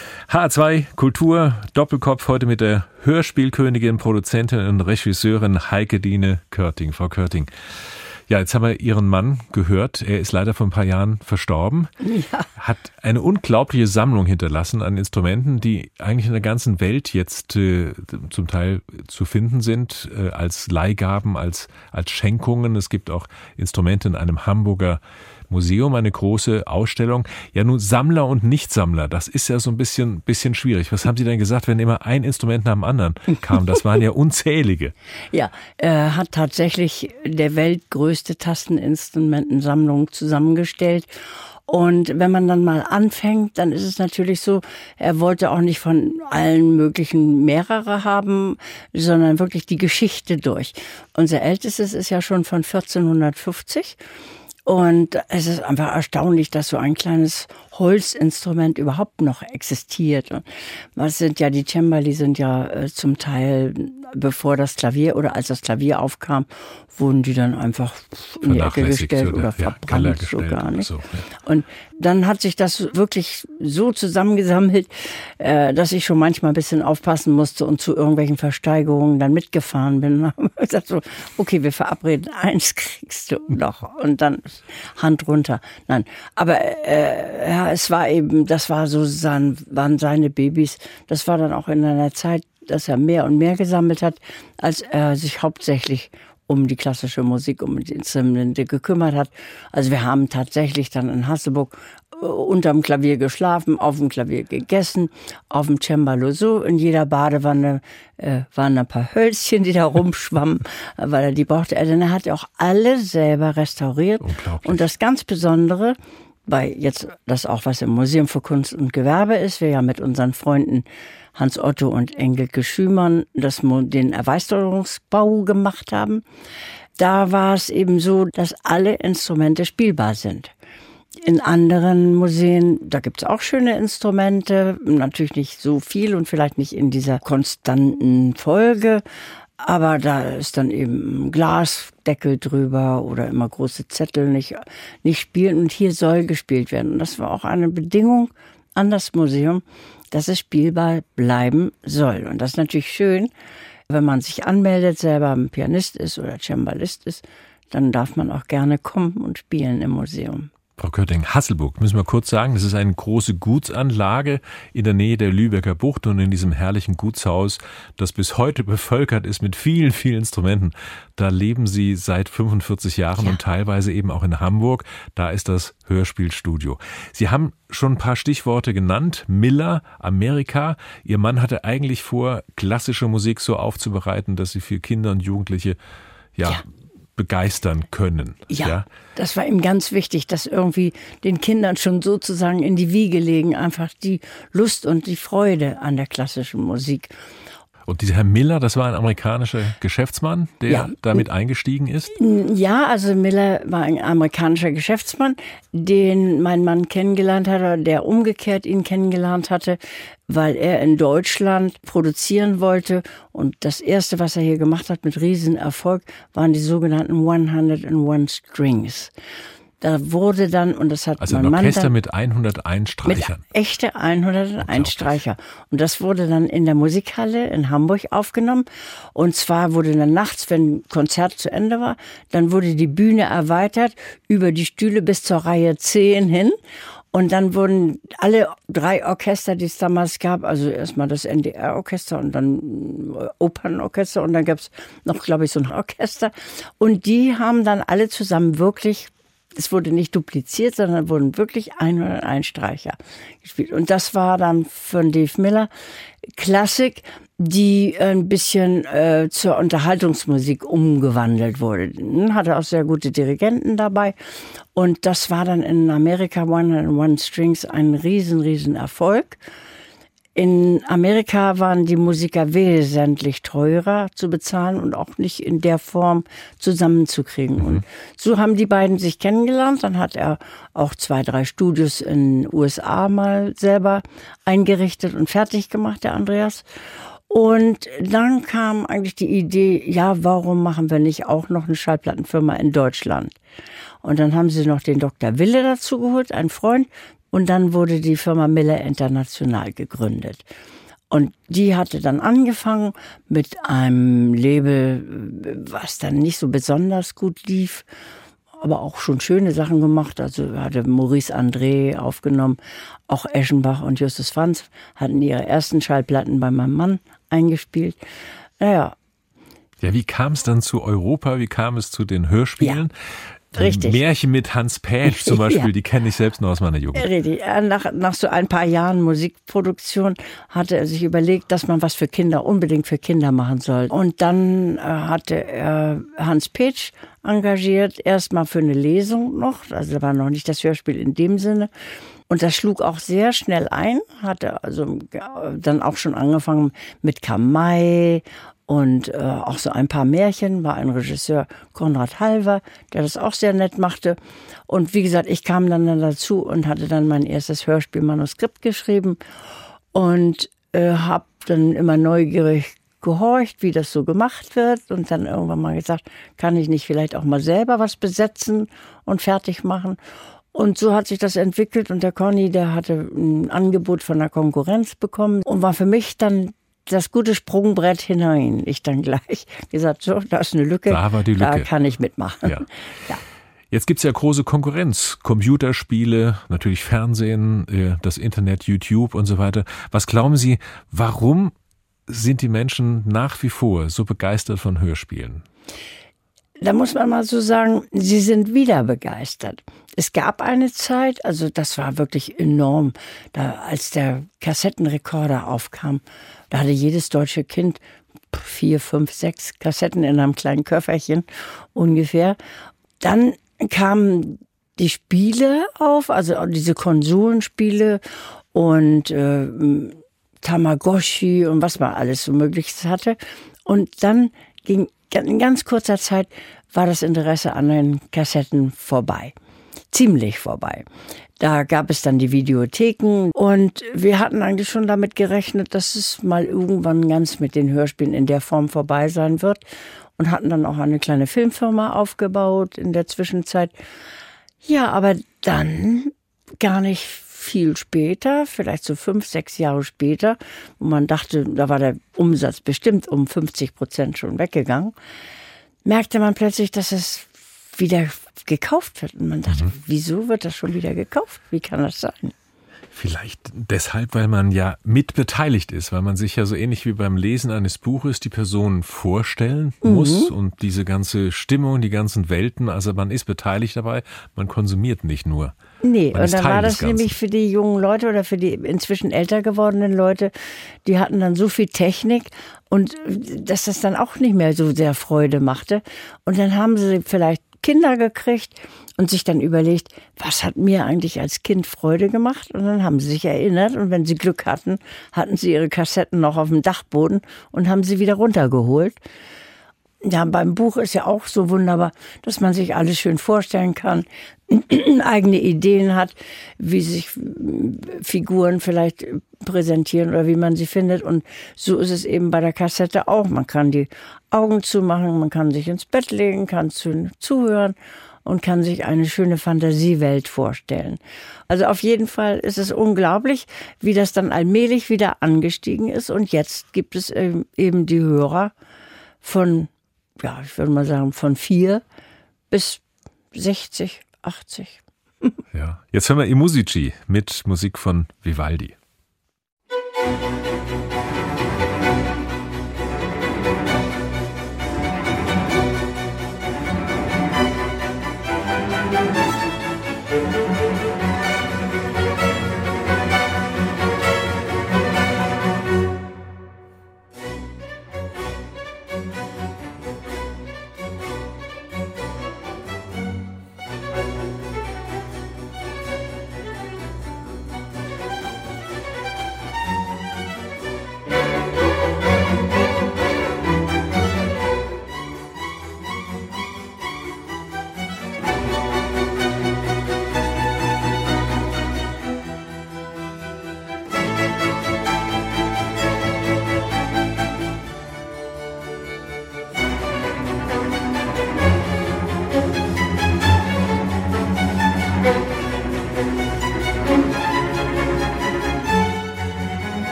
HR2 Kultur, Doppelkopf heute mit der Hörspielkönigin, Produzentin und Regisseurin Heike-Dine Körting. Frau Körting, ja, jetzt haben wir Ihren Mann gehört. Er ist leider vor ein paar Jahren verstorben. Ja. Hat eine unglaubliche Sammlung hinterlassen an Instrumenten, die eigentlich in der ganzen Welt jetzt zum Teil zu finden sind, als Leihgaben, als Schenkungen. Es gibt auch Instrumente in einem Hamburger Museum, eine große Ausstellung. Ja, nun Sammler und Nichtsammler, das ist ja so ein bisschen schwierig. Was haben Sie denn gesagt, wenn immer ein Instrument nach dem anderen kam? Das waren ja unzählige. Ja, er hat tatsächlich der weltgrößte Tasteninstrumentensammlung zusammengestellt. Und wenn man dann mal anfängt, dann ist es natürlich so, er wollte auch nicht von allen möglichen mehrere haben, sondern wirklich die Geschichte durch. Unser ältestes ist ja schon von 1450. Und es ist einfach erstaunlich, dass so ein kleines Holzinstrument überhaupt noch existiert. Und was sind ja, die Cembali sind ja zum Teil, bevor das Klavier oder als das Klavier aufkam, wurden die dann einfach in die Ecke gestellt oder verbrannt sogar. Nicht? So, ja. Und dann hat sich das wirklich so zusammengesammelt, dass ich schon manchmal ein bisschen aufpassen musste und zu irgendwelchen Versteigerungen dann mitgefahren bin. Und habe gesagt so, okay, wir verabreden, eins kriegst du noch und dann Hand runter. Nein, aber ja, es war eben, das war so, waren seine Babys. Das war dann auch in einer Zeit, dass er mehr und mehr gesammelt hat, als er sich hauptsächlich um die klassische Musik, um die Instrumente gekümmert hat. Also wir haben tatsächlich dann in Hasseburg unterm Klavier geschlafen, auf dem Klavier gegessen, auf dem Cembalo so. In jeder Badewanne waren ein paar Hölzchen, die da rumschwammen, weil er die brauchte. Denn er hat auch alle selber restauriert. Und das ganz Besondere, bei jetzt das auch, was im Museum für Kunst und Gewerbe ist, wir ja mit unseren Freunden Hans Otto und Engelke Schümann den Erweiterungsbau gemacht haben. Da war es eben so, dass alle Instrumente spielbar sind. In anderen Museen, da gibt es auch schöne Instrumente, natürlich nicht so viel und vielleicht nicht in dieser konstanten Folge, aber da ist dann eben ein Glasdeckel drüber oder immer große Zettel nicht spielen und hier soll gespielt werden. Und das war auch eine Bedingung an das Museum, dass es spielbar bleiben soll. Und das ist natürlich schön, wenn man sich anmeldet, selber ein Pianist ist oder Cembalist ist, dann darf man auch gerne kommen und spielen im Museum. Frau Körting, Hasselburg, müssen wir kurz sagen, das ist eine große Gutsanlage in der Nähe der Lübecker Bucht und in diesem herrlichen Gutshaus, das bis heute bevölkert ist mit vielen, vielen Instrumenten. Da leben Sie seit 45 Jahren und teilweise eben auch in Hamburg. Da ist das Hörspielstudio. Sie haben schon ein paar Stichworte genannt. Miller, Amerika. Ihr Mann hatte eigentlich vor, klassische Musik so aufzubereiten, dass sie für Kinder und Jugendliche begeistern können. Ja, das war ihm ganz wichtig, dass irgendwie den Kindern schon sozusagen in die Wiege legen, einfach die Lust und die Freude an der klassischen Musik. Und dieser Herr Miller, das war ein amerikanischer Geschäftsmann, der damit eingestiegen ist? Ja, also Miller war ein amerikanischer Geschäftsmann, den mein Mann kennengelernt hatte, der umgekehrt ihn kennengelernt hatte, weil er in Deutschland produzieren wollte. Und das Erste, was er hier gemacht hat mit Riesenerfolg, waren die sogenannten 101 Strings. Da wurde dann, und das hat mein Mann ein Orchester mit 101 Streichern. Mit echte 101 Streicher. Und das wurde dann in der Musikhalle in Hamburg aufgenommen. Und zwar wurde dann nachts, wenn ein Konzert zu Ende war, dann wurde die Bühne erweitert über die Stühle bis zur Reihe 10 hin. Und dann wurden alle 3 Orchester, die es damals gab, also erstmal das NDR-Orchester und dann Opernorchester und dann gab es noch, glaube ich, so ein Orchester. Und die haben dann alle zusammen wirklich, es wurde nicht dupliziert, sondern wurden wirklich 101 Streicher gespielt. Und das war dann von Dave Miller Klassik, die ein bisschen zur Unterhaltungsmusik umgewandelt wurde. Hatte auch sehr gute Dirigenten dabei. Und das war dann in Amerika 101 Strings ein riesen Erfolg. In Amerika waren die Musiker wesentlich teurer zu bezahlen und auch nicht in der Form zusammenzukriegen. Und so haben die beiden sich kennengelernt. Dann hat er auch 2, 3 Studios in den USA mal selber eingerichtet und fertig gemacht, der Andreas. Und dann kam eigentlich die Idee, ja, warum machen wir nicht auch noch eine Schallplattenfirma in Deutschland? Und dann haben sie noch den Dr. Wille dazu geholt, einen Freund. Und dann wurde die Firma Miller International gegründet. Und die hatte dann angefangen mit einem Label, was dann nicht so besonders gut lief, aber auch schon schöne Sachen gemacht. Also hatte Maurice André aufgenommen, auch Eschenbach und Justus Franz hatten ihre ersten Schallplatten bei meinem Mann eingespielt. Naja. Ja, wie kam es dann zu Europa? Wie kam es zu den Hörspielen? Ja, richtig. Märchen mit Hans Pätsch zum Beispiel, ja. Die kenne ich selbst noch aus meiner Jugend. Richtig. Nach so ein paar Jahren Musikproduktion hatte er sich überlegt, dass man was für Kinder, unbedingt für Kinder machen soll. Und dann hatte er Hans Pätsch engagiert, erstmal für eine Lesung noch. Also da war noch nicht das Hörspiel in dem Sinne. Und das schlug auch sehr schnell ein, hatte also dann auch schon angefangen mit Kamai und auch so ein paar Märchen, war ein Regisseur, Konrad Halver, der das auch sehr nett machte. Und wie gesagt, ich kam dann dazu und hatte dann mein erstes Hörspielmanuskript geschrieben und habe dann immer neugierig gehorcht, wie das so gemacht wird und dann irgendwann mal gesagt, kann ich nicht vielleicht auch mal selber was besetzen und fertig machen? Und so hat sich das entwickelt und der Conny, der hatte ein Angebot von der Konkurrenz bekommen und war für mich dann das gute Sprungbrett hinein. Ich dann gleich gesagt, so, da ist eine Lücke, da war die Lücke. Da kann ich mitmachen. Ja. Ja. Jetzt gibt's ja große Konkurrenz, Computerspiele, natürlich Fernsehen, das Internet, YouTube und so weiter. Was glauben Sie, warum sind die Menschen nach wie vor so begeistert von Hörspielen? Da muss man mal so sagen, sie sind wieder begeistert. Es gab eine Zeit, also das war wirklich enorm, da als der Kassettenrekorder aufkam, da hatte jedes deutsche Kind 4, 5, 6 Kassetten in einem kleinen Köfferchen ungefähr. Dann kamen die Spiele auf, also diese Konsolenspiele und Tamagotchi und was man alles so Mögliches hatte. Und dann ging in ganz kurzer Zeit war das Interesse an den Kassetten vorbei. Ziemlich vorbei. Da gab es dann die Videotheken und wir hatten eigentlich schon damit gerechnet, dass es mal irgendwann ganz mit den Hörspielen in der Form vorbei sein wird und hatten dann auch eine kleine Filmfirma aufgebaut in der Zwischenzeit. Ja, aber dann gar nicht viel später, vielleicht so 5, 6 Jahre später, wo man dachte, da war der Umsatz bestimmt um 50% schon weggegangen, merkte man plötzlich, dass es wieder gekauft wird. Und man dachte, wieso wird das schon wieder gekauft? Wie kann das sein? Vielleicht deshalb, weil man ja mitbeteiligt ist, weil man sich ja so ähnlich wie beim Lesen eines Buches die Personen vorstellen muss und diese ganze Stimmung, die ganzen Welten, also man ist beteiligt dabei, man konsumiert nicht nur. Nee, und dann war das nämlich für die jungen Leute oder für die inzwischen älter gewordenen Leute, die hatten dann so viel Technik und dass das dann auch nicht mehr so sehr Freude machte. Und dann haben sie vielleicht Kinder gekriegt und sich dann überlegt, was hat mir eigentlich als Kind Freude gemacht? Und dann haben sie sich erinnert und wenn sie Glück hatten, hatten sie ihre Kassetten noch auf dem Dachboden und haben sie wieder runtergeholt. Ja, beim Buch ist ja auch so wunderbar, dass man sich alles schön vorstellen kann, eigene Ideen hat, wie sich Figuren vielleicht präsentieren oder wie man sie findet. Und so ist es eben bei der Kassette auch. Man kann die Augen zumachen, man kann sich ins Bett legen, kann zuhören und kann sich eine schöne Fantasiewelt vorstellen. Also auf jeden Fall ist es unglaublich, wie das dann allmählich wieder angestiegen ist. Und jetzt gibt es eben die Hörer von, ja, ich würde mal sagen, von 4 bis 60, 80. Ja, jetzt hören wir I Musici mit Musik von Vivaldi.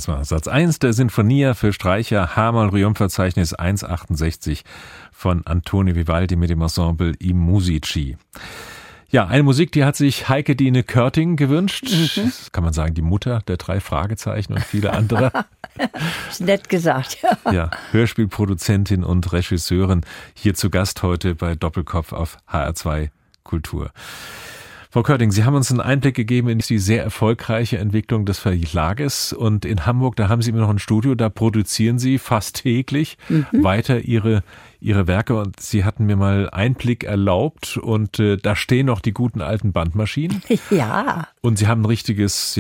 Das war Satz 1 der Sinfonia für Streicher H-Moll-Triumphverzeichnis 168 von Antonio Vivaldi mit dem Ensemble I Musici. Ja, eine Musik, die hat sich Heike-Dine Körting gewünscht. Das kann man sagen, die Mutter der 3 Fragezeichen und viele andere. Ist nett gesagt. Ja, Hörspielproduzentin und Regisseurin, hier zu Gast heute bei Doppelkopf auf HR2 Kultur. Frau Körting, Sie haben uns einen Einblick gegeben in die sehr erfolgreiche Entwicklung des Verlages, und in Hamburg, da haben Sie immer noch ein Studio, da produzieren Sie fast täglich weiter Ihre Werke, und Sie hatten mir mal Einblick erlaubt, und da stehen noch die guten alten Bandmaschinen. Ja. Und Sie haben ein richtiges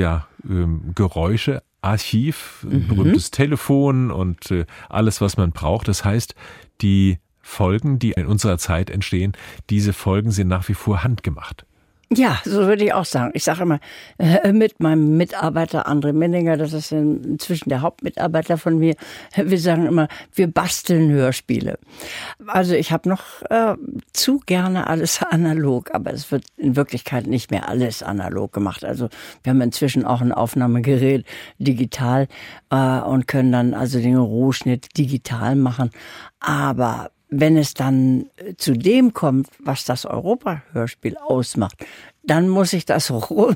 Geräuschearchiv, ein berühmtes Telefon und alles, was man braucht. Das heißt, die Folgen, die in unserer Zeit entstehen, diese Folgen sind nach wie vor handgemacht. Ja, so würde ich auch sagen. Ich sage immer, mit meinem Mitarbeiter André Menninger, das ist inzwischen der Hauptmitarbeiter von mir, wir sagen immer, wir basteln Hörspiele. Also ich habe noch zu gerne alles analog, aber es wird in Wirklichkeit nicht mehr alles analog gemacht. Also wir haben inzwischen auch ein Aufnahmegerät digital und können dann also den Rohschnitt digital machen. Aber wenn es dann zu dem kommt, was das Europa-Hörspiel ausmacht, dann muss ich das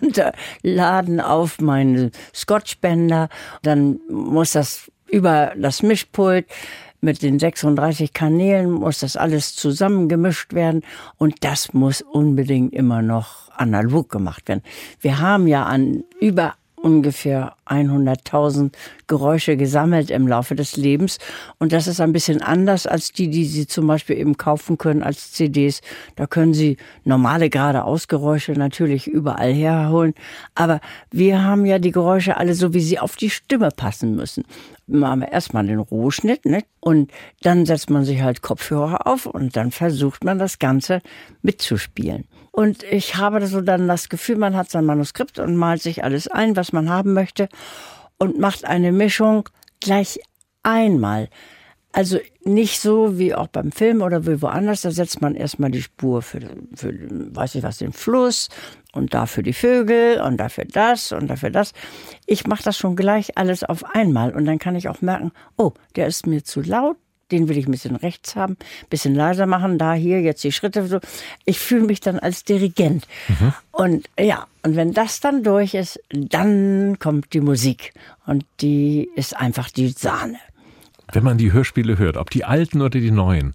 runterladen auf meine Scotch-Bänder. Dann muss das über das Mischpult mit den 36 Kanälen, muss das alles zusammengemischt werden. Und das muss unbedingt immer noch analog gemacht werden. Wir haben ja an über ungefähr 100.000 Geräusche gesammelt im Laufe des Lebens. Und das ist ein bisschen anders als die Sie zum Beispiel eben kaufen können als CDs. Da können Sie normale Geradeausgeräusche natürlich überall herholen. Aber wir haben ja die Geräusche alle so, wie sie auf die Stimme passen müssen. Machen wir erstmal den Rohschnitt, ne? Und dann setzt man sich halt Kopfhörer auf und dann versucht man das Ganze mitzuspielen. Und ich habe so dann das Gefühl, man hat sein Manuskript und malt sich alles ein, was man haben möchte, und macht eine Mischung gleich einmal. Also nicht so wie auch beim Film oder wie woanders, da setzt man erstmal die Spur für weiß ich was, den Fluss und dafür die Vögel und dafür das und dafür das. Ich mache das schon gleich alles auf einmal, und dann kann ich auch merken, oh, der ist mir zu laut. Den will ich ein bisschen rechts haben, ein bisschen leiser machen, da, hier, jetzt die Schritte. So. Ich fühle mich dann als Dirigent. Und ja, und wenn das dann durch ist, dann kommt die Musik. Und die ist einfach die Sahne. Wenn man die Hörspiele hört, ob die alten oder die neuen,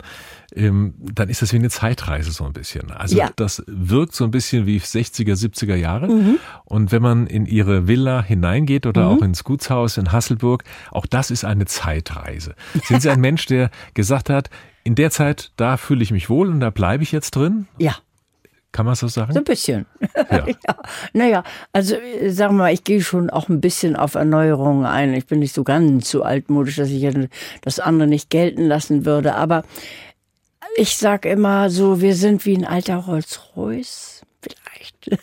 dann ist das wie eine Zeitreise so ein bisschen. Also ja, das wirkt so ein bisschen wie 60er, 70er Jahre. Und wenn man in Ihre Villa hineingeht oder auch ins Gutshaus in Hasselburg, auch das ist eine Zeitreise. Sind Sie ein Mensch, der gesagt hat, in der Zeit, da fühle ich mich wohl und da bleibe ich jetzt drin? Ja. Kann man so sagen? So ein bisschen. Ja. Ja. Naja, also sagen wir mal, ich gehe schon auch ein bisschen auf Erneuerungen ein. Ich bin nicht so ganz so altmodisch, dass ich das andere nicht gelten lassen würde. Aber ich sag immer so, wir sind wie ein alter Rolls-Royce, vielleicht.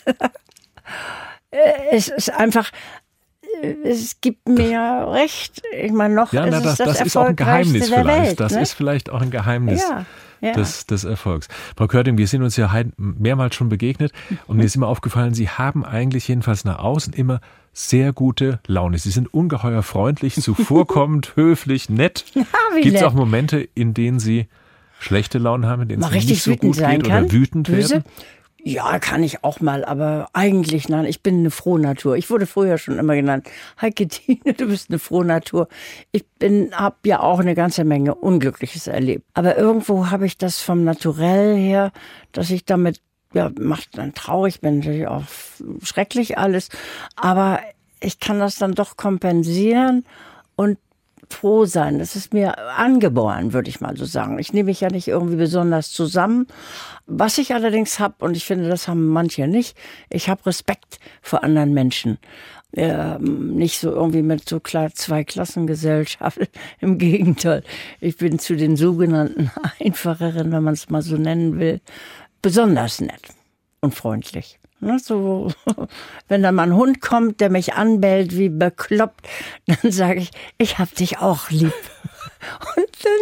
Es ist einfach, es gibt mir recht. Ich meine, noch ja, ist es das ist auch ein Geheimnis der vielleicht. Welt, Das ne? ist vielleicht auch ein Geheimnis. Ja. Ja. Des Erfolgs. Frau Körting, wir sind uns ja mehrmals schon begegnet, und mir ist immer aufgefallen, Sie haben eigentlich jedenfalls nach außen immer sehr gute Laune. Sie sind ungeheuer freundlich, zuvorkommend, höflich, nett. Ja, gibt es auch Momente, in denen Sie schlechte Laune haben, in denen es nicht so gut geht oder wütend werden? Ja, kann ich auch mal, aber eigentlich nein, ich bin eine Frohnatur. Ich wurde früher schon immer genannt, Heike-Dine, du bist eine Frohnatur. Ich habe ja auch eine ganze Menge Unglückliches erlebt. Aber irgendwo habe ich das vom Naturell her, dass ich damit, ja, macht dann traurig, bin natürlich auch schrecklich alles. Aber ich kann das dann doch kompensieren und froh sein. Das ist mir angeboren, würde ich mal so sagen. Ich nehme mich ja nicht irgendwie besonders zusammen. Was ich allerdings habe, und ich finde, das haben manche nicht, ich habe Respekt vor anderen Menschen. Nicht so irgendwie mit so klar Zweiklassengesellschaft. Im Gegenteil. Ich bin zu den sogenannten Einfacheren, wenn man es mal so nennen will, besonders nett und freundlich. So, wenn dann mal ein Hund kommt, der mich anbellt wie bekloppt, dann sage ich hab dich auch lieb. Und dann guckt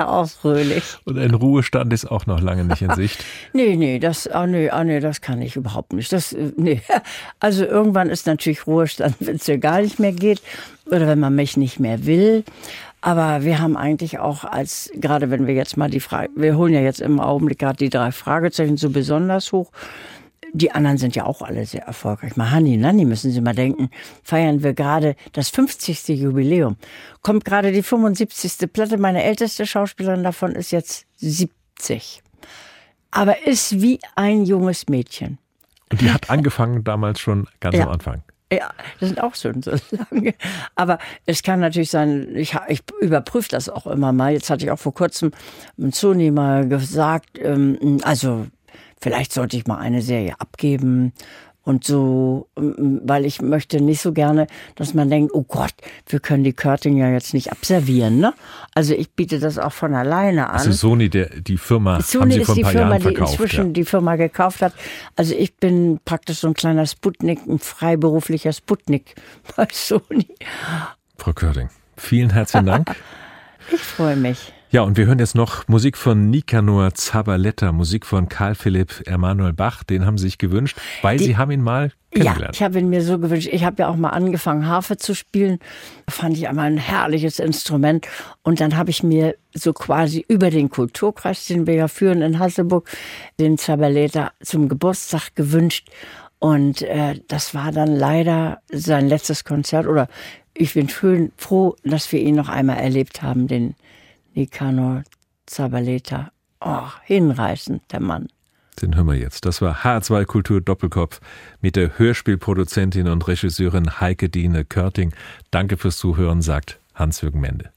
ja auch fröhlich. Und ein Ruhestand ist auch noch lange nicht in Sicht. Nee, das kann ich überhaupt nicht. Nee. Also irgendwann ist natürlich Ruhestand, wenn es ja gar nicht mehr geht oder wenn man mich nicht mehr will. Aber wir haben eigentlich auch gerade wenn wir jetzt mal wir holen ja jetzt im Augenblick gerade die 3 Fragezeichen so besonders hoch. Die anderen sind ja auch alle sehr erfolgreich. Mal Hanni Nanni, müssen Sie mal denken, feiern wir gerade das 50. Jubiläum. Kommt gerade die 75. Platte. Meine älteste Schauspielerin davon ist jetzt 70. Aber ist wie ein junges Mädchen. Und die hat angefangen damals schon ganz am Anfang. Ja, das sind auch schon so lange. Aber es kann natürlich sein, ich überprüfe das auch immer mal. Jetzt hatte ich auch vor kurzem mit Sony mal gesagt, also vielleicht sollte ich mal eine Serie abgeben und so, weil ich möchte nicht so gerne, dass man denkt, oh Gott, wir können die Körting ja jetzt nicht abservieren, ne? Also ich biete das auch von alleine an. Also Sony, die Firma, Sony haben Sie vor ein paar Jahren verkauft. Die inzwischen die Firma gekauft hat. Also ich bin praktisch so ein kleiner Sputnik, ein freiberuflicher Sputnik bei Sony. Frau Körting, vielen herzlichen Dank. Ich freue mich. Ja, und wir hören jetzt noch Musik von Nicanor Zabaleta, Musik von Carl Philipp Emanuel Bach. Den haben Sie sich gewünscht, weil Sie haben ihn mal kennengelernt. Ja, ich habe ihn mir so gewünscht. Ich habe ja auch mal angefangen, Harfe zu spielen. Fand ich einmal ein herrliches Instrument. Und dann habe ich mir so quasi über den Kulturkreis, den wir ja führen in Hasselburg, den Zabaleta zum Geburtstag gewünscht. Und das war dann leider sein letztes Konzert. Oder ich bin froh, dass wir ihn noch einmal erlebt haben, den Nicanor Zabaleta. Oh, hinreißend, der Mann. Den hören wir jetzt. Das war HR2 Kultur Doppelkopf mit der Hörspielproduzentin und Regisseurin Heike Dine Körting. Danke fürs Zuhören, sagt Hans-Jürgen Mende.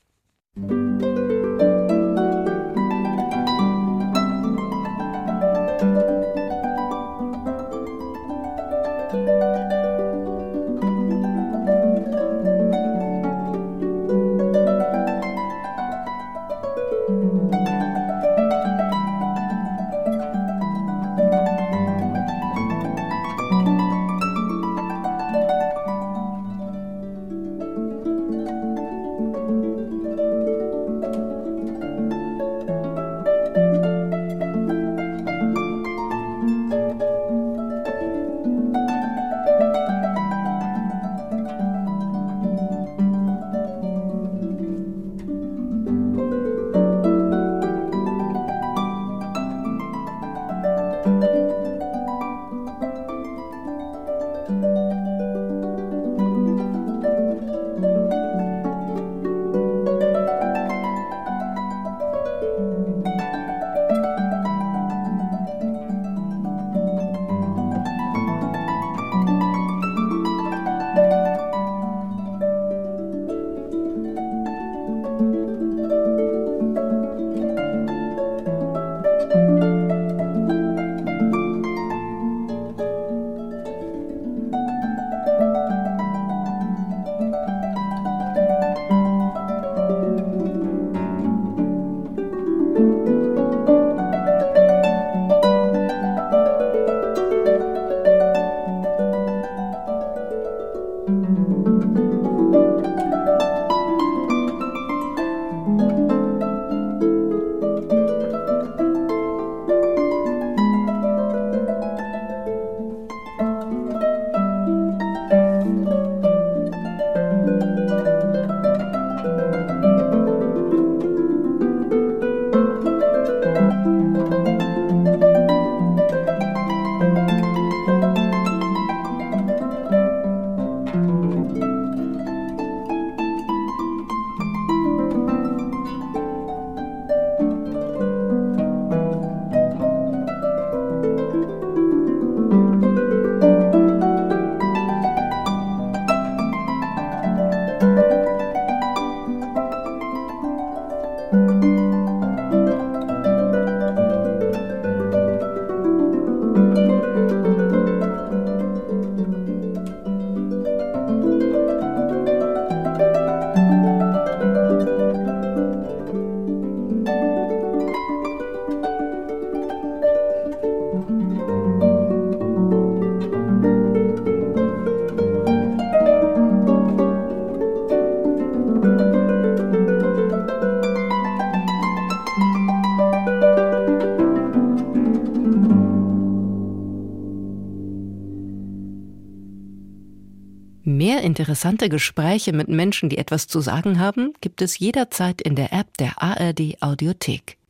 Interessante Gespräche mit Menschen, die etwas zu sagen haben, gibt es jederzeit in der App der ARD Audiothek.